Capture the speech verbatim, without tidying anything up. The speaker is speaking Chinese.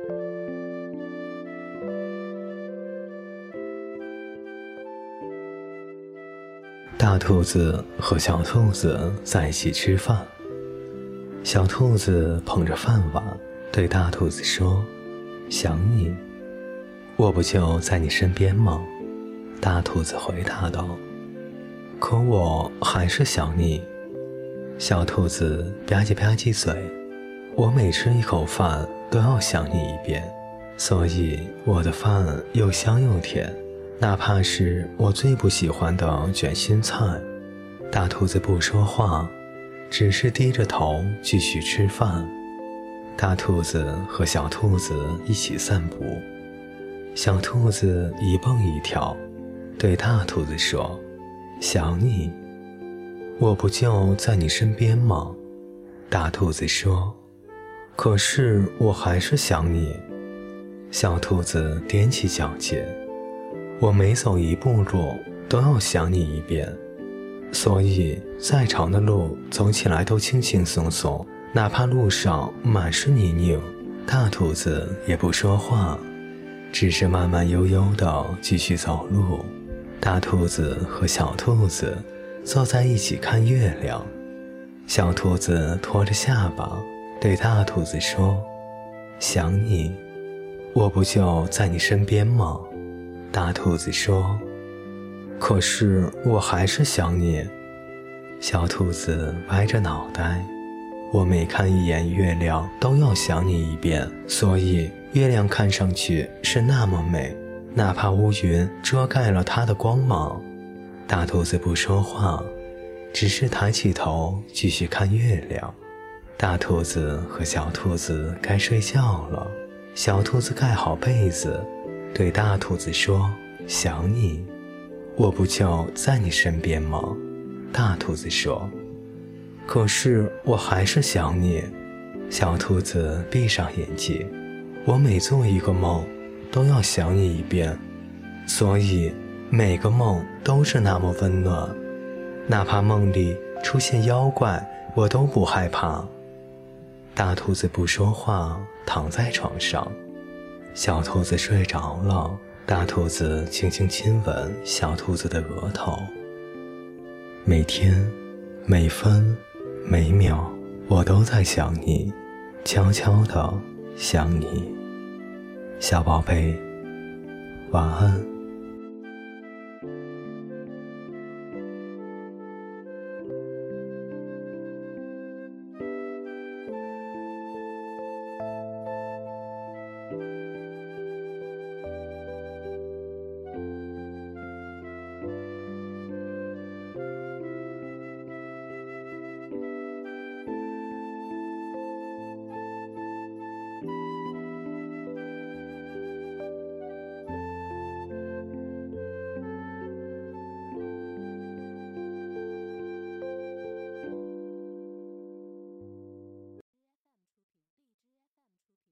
大兔子和小兔子在一起吃饭，小兔子捧着饭碗对大兔子说：想你，我不就在你身边吗？大兔子回答道：可我还是想你。小兔子吧唧吧唧嘴：我每吃一口饭都要想你一遍，所以我的饭又香又甜，哪怕是我最不喜欢的卷心菜。大兔子不说话，只是低着头继续吃饭。大兔子和小兔子一起散步，小兔子一蹦一跳，对大兔子说：想你，我不就在你身边吗？大兔子说：可是我还是想你。小兔子踮起脚尖：我每走一步路都要想你一遍，所以再长的路走起来都轻轻松松，哪怕路上满是泥泞。大兔子也不说话，只是慢慢悠悠地继续走路。大兔子和小兔子坐在一起看月亮，小兔子托着下巴对大兔子说：想你，我不就在你身边吗？大兔子说：可是我还是想你。小兔子歪着脑袋：我每看一眼月亮都要想你一遍，所以月亮看上去是那么美，哪怕乌云遮盖了它的光芒。大兔子不说话，只是抬起头继续看月亮。大兔子和小兔子该睡觉了，小兔子盖好被子对大兔子说：想你，我不就在你身边吗？大兔子说：可是我还是想你。小兔子闭上眼睛：我每做一个梦都要想你一遍，所以每个梦都是那么温暖，哪怕梦里出现妖怪我都不害怕。大兔子不说话，躺在床上。小兔子睡着了，大兔子轻轻亲吻小兔子的额头。每天每分每秒我都在想你，悄悄地想你。小宝贝，晚安。